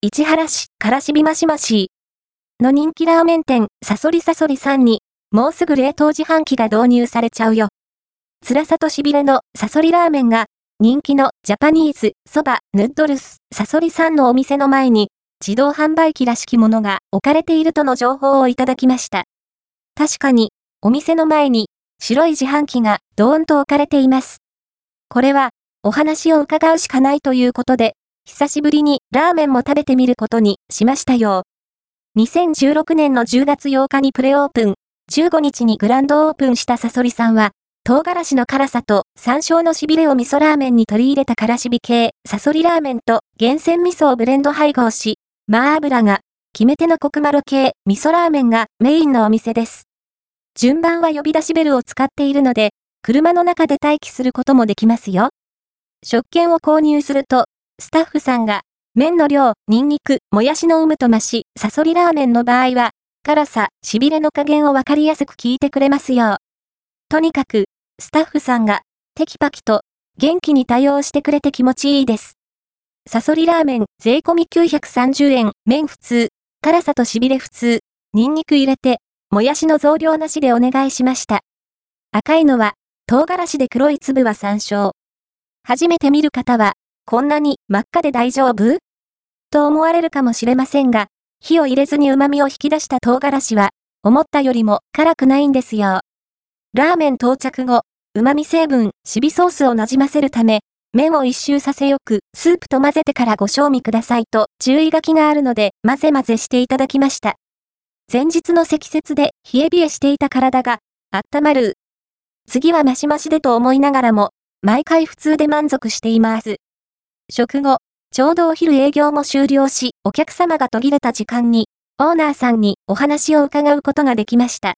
市原市からしびましましの人気ラーメン店、さそりさんに、もうすぐ冷凍自販機が導入されちゃうよ。辛さとしびれのさそりラーメンが、人気のジャパニーズ、そば、ヌッドルス、さそりさんのお店の前に、自動販売機らしきものが置かれているとの情報をいただきました。確かに、お店の前に、白い自販機がドーンと置かれています。これは、お話を伺うしかないということで、久しぶりにラーメンも食べてみることにしましたよ。2016年の10月8日にプレオープン、15日にグランドオープンしたさそりさんは、唐辛子の辛さと山椒のしびれを味噌ラーメンに取り入れたからしび系、さそりラーメンと厳選味噌をブレンド配合し、麻油が決め手のコクマロ系味噌ラーメンがメインのお店です。順番は呼び出しベルを使っているので、車の中で待機することもできますよ。食券を購入すると、スタッフさんが、麺の量、ニンニク、もやしの有無と増し、さそりラーメンの場合は、辛さ、しびれの加減をわかりやすく聞いてくれますよ。とにかく、スタッフさんが、テキパキと、元気に対応してくれて気持ちいいです。さそりラーメン、税込み930円、麺普通、辛さとしびれ普通、ニンニク入れて、もやしの増量なしでお願いしました。赤いのは、唐辛子で黒い粒は山椒。初めて見る方は、こんなに真っ赤で大丈夫？と思われるかもしれませんが、火を入れずに旨味を引き出した唐辛子は、思ったよりも辛くないんですよ。ラーメン到着後、旨味成分、シビソースをなじませるため、麺を一周させよくスープと混ぜてからご賞味くださいと注意書きがあるので混ぜ混ぜしていただきました。前日の積雪で冷え冷えしていた体が温まる。次はマシマシでと思いながらも、毎回普通で満足しています。食後、ちょうどお昼営業も終了し、お客様が途切れた時間に、オーナーさんにお話を伺うことができました。